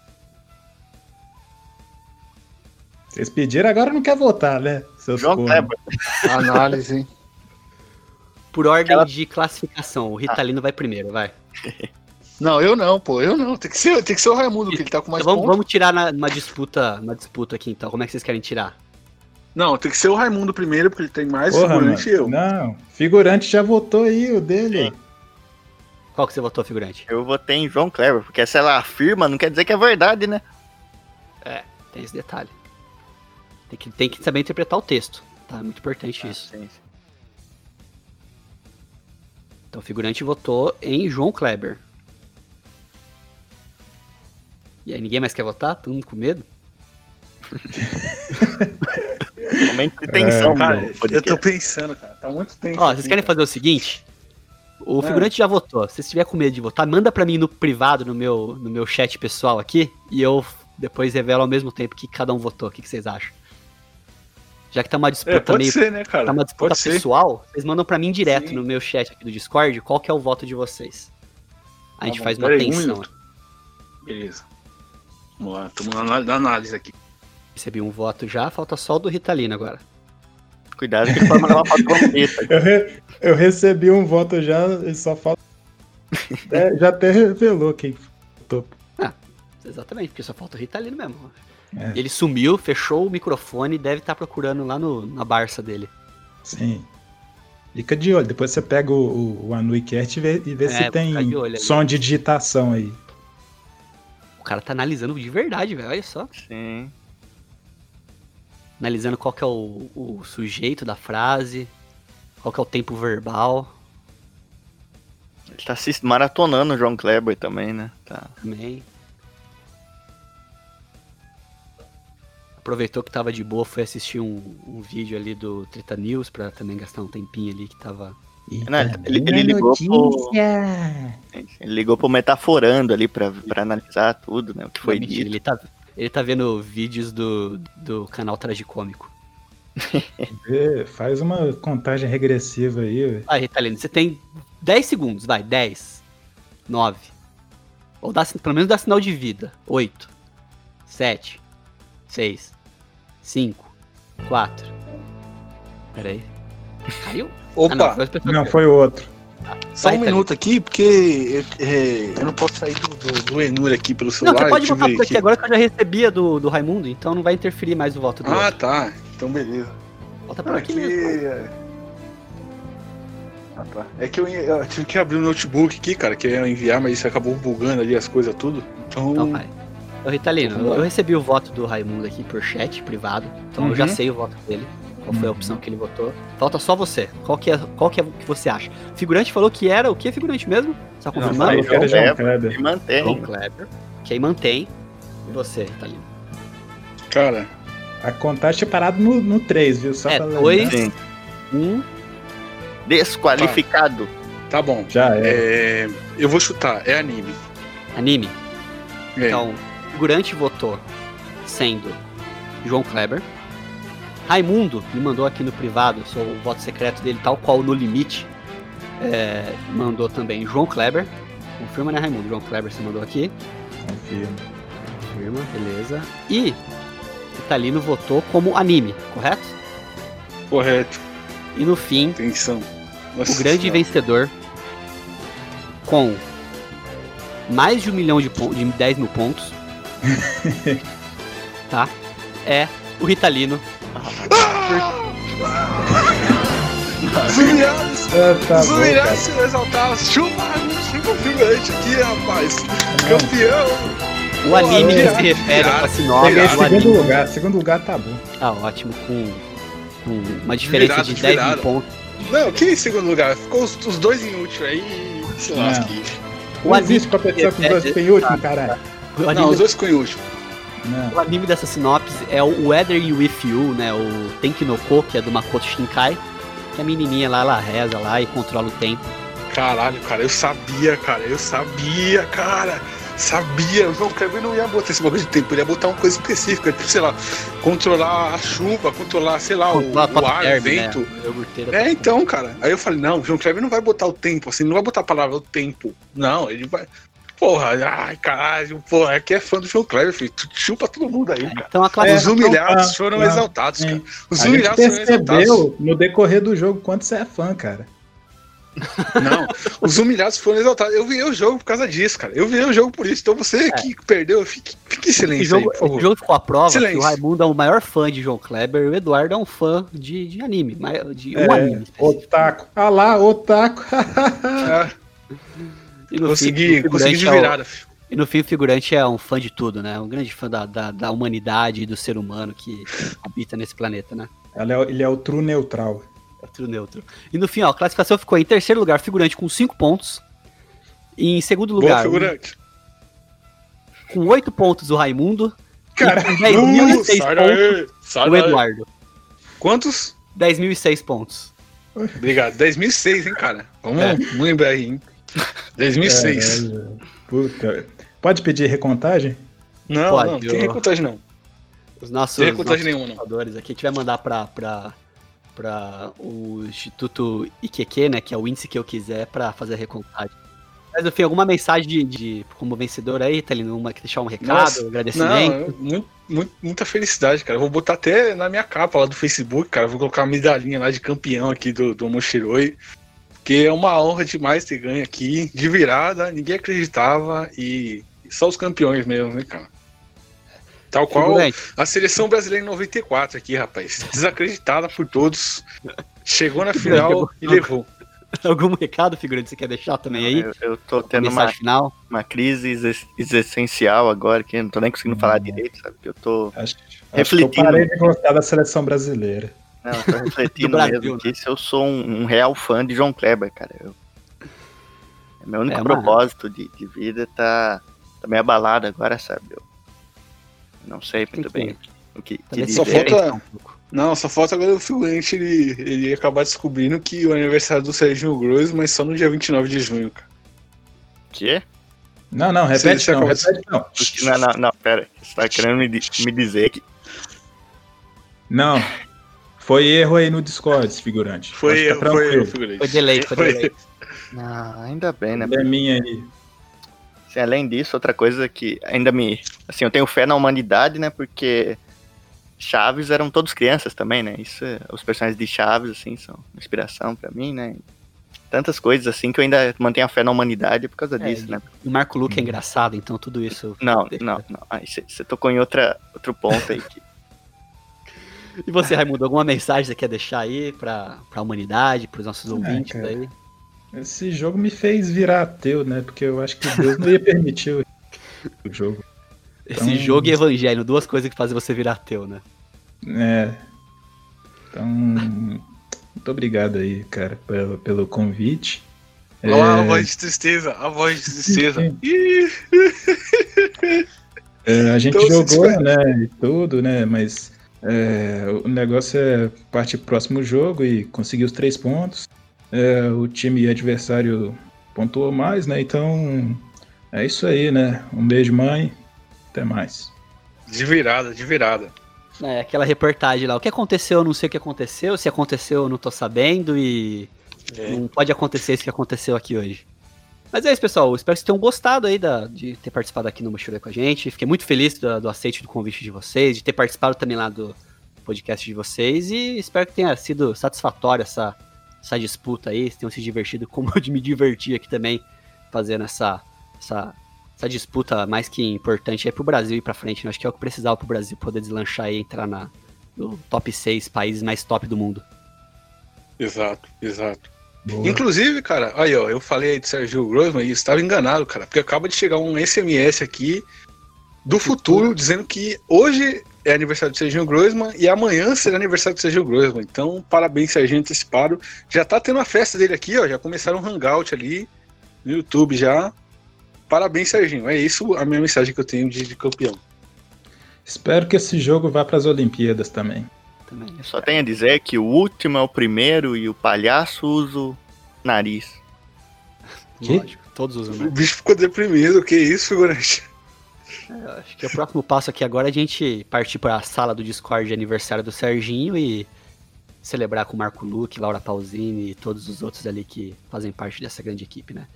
Vocês pediram, agora não quer votar, né? Seus João cornos. Kleber. Análise. Por ordem Ela- de classificação. O Ritalino vai primeiro, vai. Não, eu não, pô. Eu não. Tem que ser, tem que ser o Raimundo, que ele tá com mais Então vamos, pontos. vamos tirar na, uma disputa, uma disputa aqui então. Como é que vocês querem tirar? Não, tem que ser o Raimundo primeiro, porque ele tem mais Porra, figurante e mano. eu. Não, figurante já votou aí, o dele. Qual que você votou, figurante? Eu votei em João Kleber, porque se ela afirma, não quer dizer que é verdade, né? Tem esse detalhe. Tem que, tem que saber interpretar o texto. Tá? É muito importante Ah, isso. Sim, sim. Então o figurante votou em João Kleber. E aí, ninguém mais quer votar? Todo mundo com medo? Momento de tensão, É, cara, meu eu podcast. tô pensando, cara. Tá muito tenso. Ó, aqui, vocês querem cara. fazer o seguinte? O É. figurante já votou. Se você tiver com medo de votar, manda pra mim no privado, no meu, no meu chat pessoal aqui, e eu depois revelo ao mesmo tempo que cada um votou. O que, que vocês acham? Já que tá uma disputa É, pode meio... ser, né, cara? Tá uma disputa Pode ser. pessoal, vocês mandam pra mim direto Sim. no meu chat aqui do Discord qual que é o voto de vocês. A gente Tá bom, faz uma pera aí, um tensão. minuto. Beleza. Vamos lá, estamos na na análise aqui. Recebi um voto já, falta só o do Ritalino agora. Cuidado que ele pode mandar uma foto bonita. Eu, re- eu recebi um voto já, e só falta. É, já até revelou quem votou. Exatamente, porque só falta o Ritalino mesmo. É. Ele sumiu, fechou o microfone e deve estar procurando lá no, na Barça dele. Sim. Fica de olho. Depois você pega o, o, o Anuicast e vê, e vê É, se vou tem ficar de olho ali. som de digitação aí. O cara tá analisando de verdade, velho, olha só. Sim. Analisando qual que é o, o sujeito da frase, qual que é o tempo verbal Ele tá assist... maratonando o João Kleber também, né? Tá. também. Aproveitou que tava de boa, foi assistir um, um vídeo ali do Treta News pra também gastar um tempinho ali que tava... Não, ele, ele ligou pro... Ele ligou pro Metaforando ali pra, pra analisar tudo, né? O que foi Não, mentira, dito. ele tá, ele tá vendo vídeos do, do canal Tragicômico. Vê, faz uma contagem regressiva aí. Ué. Vai, Ritalino, você tem dez segundos, vai, dez, nove, ou dá, pelo menos dá sinal de vida, oito, sete, seis, cinco, quatro, peraí, caiu? Opa, Ah, não, foi as pessoas Não, que- foi o outro. só vai, um Thalita. minuto aqui, porque é, eu não posso sair do, do, do Enur aqui pelo Não, celular. você pode deixa eu botar ver por aqui agora que eu já recebia do, do Raimundo, então não vai interferir mais o voto do Ah, outro. tá. Então beleza. Bota por aqui Aqui. mesmo. é- Ah, tá. É que eu, eu tive que abrir o notebook aqui, cara, que eu ia enviar, mas isso acabou bugando ali as coisas tudo. Então. Então vai. Ô, Ritalino, Vamos eu, lá. eu recebi o voto do Raimundo aqui por chat privado, então eu já Uhum. sei o voto dele. Qual foi a opção que ele votou. Falta só você. Qual que é, qual que é o que você acha? Figurante falou que era o que figurante mesmo? Só Não, confirmando? falou que era João João Kleber. E mantém. João Kleber. Quem mantém. E você, Ritalino? Cara, A contagem tinha parado no, no três, viu? Só É, pra lembrar. dois. Sim. Um. Desqualificado. tá bom. Já é. É, eu vou chutar, é anime. Anime. É. Então, o figurante votou sendo João Kleber. Raimundo me mandou aqui no privado, sou o voto secreto dele, tal qual no limite. É, mandou também João Kleber. Confirma, né, Raimundo? João Kleber você mandou aqui. Confirmo. Confirma, beleza. E Ritalino votou como anime, correto? Correto. E no fim, Atenção. Nossa o grande Senhora. vencedor com mais de um milhão de, pon- de dez mil pontos, tá? É o Ritalino. Os humilhados, Ah, tá os bom, humilhados se exaltaram. Chupa, chupa o figurante aqui, rapaz. Não. O anime que viado, se refere viado. a sinopse Peguei do segundo anime lugar. Segundo lugar tá bom. tá ótimo, com, com uma diferença Virado, de dez mil virado. pontos. Não, quem em segundo lugar? Ficou os, os dois inúteis aí. Se Não. lasque. O Não anime existe competição com os dois é- tem último, caralho. O Não, anime, os dois ficou em último. Não. o anime dessa sinopse é o Weather You With You, né? O Tenki no Ko, que é do Makoto Shinkai. Que a menininha lá, ela reza lá e controla o tempo. Caralho, cara, eu sabia, cara, eu sabia, cara. Sabia, o João Kleber não ia botar esse bagulho de tempo, ele ia botar uma coisa específica, tipo, sei lá, controlar a chuva, controlar, sei lá, o, Controla o ar, o Derby, vento. né? O iogurteiro É, tá- então, cara. Aí eu falei, não, o João Kleber não vai botar o tempo, assim, não vai botar a palavra o tempo. Não, ele vai. Porra, ai, caralho, porra, é que é fã do João Kleber, filho. Tu chupa todo mundo aí, cara. Então a Os classificação. humilhados ah, foram ah, exaltados, sim. cara. Os A gente humilhados foram exaltados. percebeu no decorrer do jogo quanto você é fã, cara. Não, os humilhados foram exaltados. Eu vi o jogo por causa disso, cara. Eu vi o jogo por isso. Então você que perdeu, fique, fique em Esse silêncio jogo, aí, por favor. esse jogo ficou a prova que Silêncio. o Raimundo é o maior fã de João Kleber e o Eduardo é um fã de, de anime, mas de um É, anime. otaku. Ah lá, otaku. Ah, E no consegui, fim, o consegui de figurante é o- virada, filho. E no fim o figurante é um fã de tudo, né? Um grande fã da, da, da humanidade e do ser humano que habita nesse planeta, né? Ele é, ele é o true neutral. É tudo neutro. E no fim, ó, a classificação ficou em terceiro lugar, figurante com cinco pontos. E em segundo Boa, lugar, figurante. com oito pontos, o Raimundo. Cara, e com dez mil e seis sai pontos, daí, sai o daí. Eduardo. Quantos? dez mil e seis pontos. Obrigado. dez mil e seis, hein, cara? Vamos, É. vamos lembrar aí, hein? dez mil e seis. Caralho. Puta. Pode pedir recontagem? Não, Pode, não, tem eu- recontagem não. Os nossos, Tem recontagem nossos nenhuma, não. computadores aqui, a gente vai mandar pra, pra, pra o Instituto I Q Q, né, que é o índice que eu quiser, pra fazer a recontagem. Mas, enfim, alguma mensagem de, de como vencedor aí, tá ali, uma, que deixar um recado, Nossa, agradecimento? Não, eu- muito, muito- muita felicidade, cara. Eu vou botar até na minha capa lá do Facebook, cara. Eu vou colocar uma medalhinha lá de campeão aqui do, do Omoshiroi. Que é uma honra demais ter ganho aqui, de virada, ninguém acreditava e só os campeões mesmo, né, cara? Tal qual Figurante. a seleção brasileira em noventa e quatro aqui, rapaz. Desacreditada por todos. Chegou na final e levou. Algum recado, figurante, que você quer deixar também aí? Eu, eu tô Uma tendo uma, mensagem final? uma crise exis- existencial agora, que eu não tô nem conseguindo falar Hum. direito, sabe? Que eu tô. Acho, acho que eu Refletindo. parei de gostar da seleção brasileira. Não, eu tô refletindo Do Brasil, mesmo né? que se eu sou um, um real fã de João Kleber, cara. Eu, é meu único É uma- propósito de, de vida tá, tá meio abalado agora, sabe? Eu não sei muito Tem que- bem o que, que Também dizer. só falta- pensar um pouco. Não, só falta agora o figurante ele, ele acabar descobrindo que o aniversário do Serginho Grosso, mas só no dia vinte e nove de junho, cara. Quê? Não, não, repete Você- você não, acabou de- repete não. Não, não, não, pera. Você tá querendo me, di- me dizer que. Não. Foi erro aí no Discord, esse figurante. Foi Pode eu, ficar foi eu, tranquilo. figurante. Foi delay, foi delay. Ah, ainda bem, né? É minha aí. Assim, além disso, outra coisa que ainda me. Assim, eu tenho fé na humanidade, né? Porque Chaves eram todos crianças também, né? Isso, é- os personagens de Chaves, assim, são uma inspiração pra mim, né? Tantas coisas, assim, que eu ainda mantenho a fé na humanidade por causa É, disso, né? O Marco Luque é engraçado, então tudo isso... Não, não, não. Aí você tocou em outra, outro ponto aí. Que... E você, Raimundo, alguma mensagem que você quer deixar aí pra, pra humanidade, pros nossos ouvintes cara. aí? Esse jogo me fez virar ateu, né? Porque eu acho que Deus não ia permitir o o jogo. Esse Então- jogo e evangelho, duas coisas que fazem você virar ateu, né? É. Então, muito obrigado aí, cara, pelo, pelo convite. Olha lá a É, voz de tristeza, a voz de tristeza. Sim. Ih, é, a gente Então, se jogou, tiver- né, e tudo, né, mas é, o negócio é partir pro próximo jogo e conseguir os três pontos. É, o time adversário pontuou mais, né, então é isso aí, né. Um beijo, mãe. Até mais. De virada, de virada. É, aquela reportagem lá, o que aconteceu, eu não sei o que aconteceu, se aconteceu eu não tô sabendo e É. não pode acontecer isso que aconteceu aqui hoje. Mas é isso, pessoal, espero que vocês tenham gostado aí da, de ter participado aqui no Mochilei com a gente, fiquei muito feliz do, do aceite do convite de vocês, de ter participado também lá do podcast de vocês e espero que tenha sido satisfatória essa, essa disputa aí, vocês tenham se divertido como eu de me divertir aqui também, fazendo essa, essa, essa disputa mais que importante aí pro Brasil ir pra frente, né? Acho que é o que precisava pro Brasil poder deslanchar e entrar na, no top seis países mais top do mundo. Exato, exato. Boa. Inclusive, cara, aí ó, eu falei aí de Sergio Grossman e estava enganado, cara, porque acaba de chegar um S M S aqui do futuro dizendo que hoje é aniversário de Serginho Grossman e amanhã será aniversário de Sergio Grossman. Então, parabéns, Serginho, antecipado. Já tá tendo a festa dele aqui, ó, já começaram um hangout ali no YouTube já. Parabéns, Serginho. É isso a minha mensagem que eu tenho de, de campeão. Espero que esse jogo vá para as Olimpíadas também. Também. Eu só tenho a dizer que o último é o primeiro e o palhaço usa o nariz. Que? Lógico, todos usam, O né? bicho ficou deprimido, que isso, figurante? Eu acho que o próximo passo aqui agora é a gente partir para a sala do Discord de aniversário do Serginho e celebrar com o Marco Luque, Laura Pausini e todos os outros ali que fazem parte dessa grande equipe, né?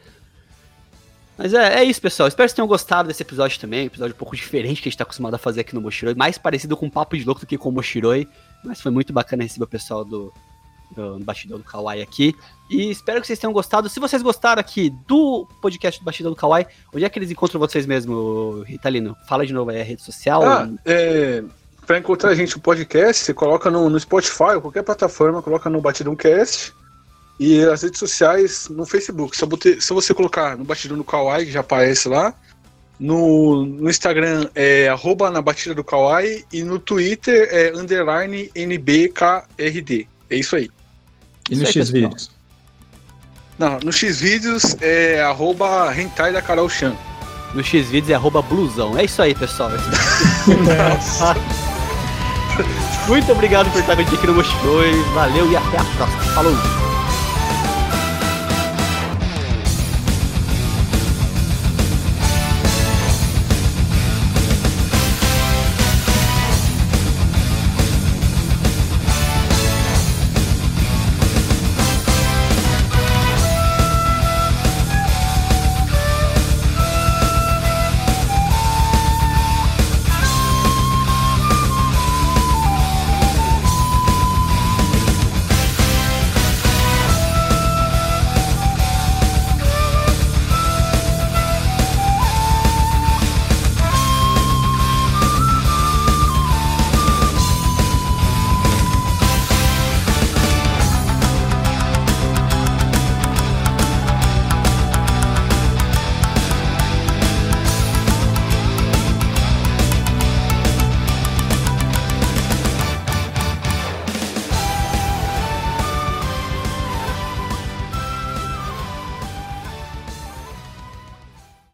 Mas é, é isso, pessoal. Espero que vocês tenham gostado desse episódio também. Um episódio um pouco diferente que a gente tá acostumado a fazer aqui no Mochiroi. Mais parecido com o Papo de Louco do que com o Mochiroi. Mas foi muito bacana receber o pessoal do, do, do Bastidão do Kawaii aqui. E espero que vocês tenham gostado. Se vocês gostaram aqui do podcast do Bastidão do Kawaii, onde é que eles encontram vocês mesmo, Ritalino? Fala de novo aí a rede social. Ah, é, pra encontrar a gente no podcast, você coloca no, no Spotify ou qualquer plataforma, coloca no Batidão Cast. E as redes sociais no Facebook. Se você, se você colocar no Batidão do Kawaii, que já aparece lá. No, no Instagram é arroba na batida do Kawaii. E no Twitter é underline N B K R D. É isso aí. E no Xvideos? Não, no Xvideos é arroba hentai da Carol Chan. No Xvideos é arroba blusão. É isso aí, pessoal. Muito obrigado por estar com a gente aqui no Mochiloi. Valeu e até a próxima. Falou!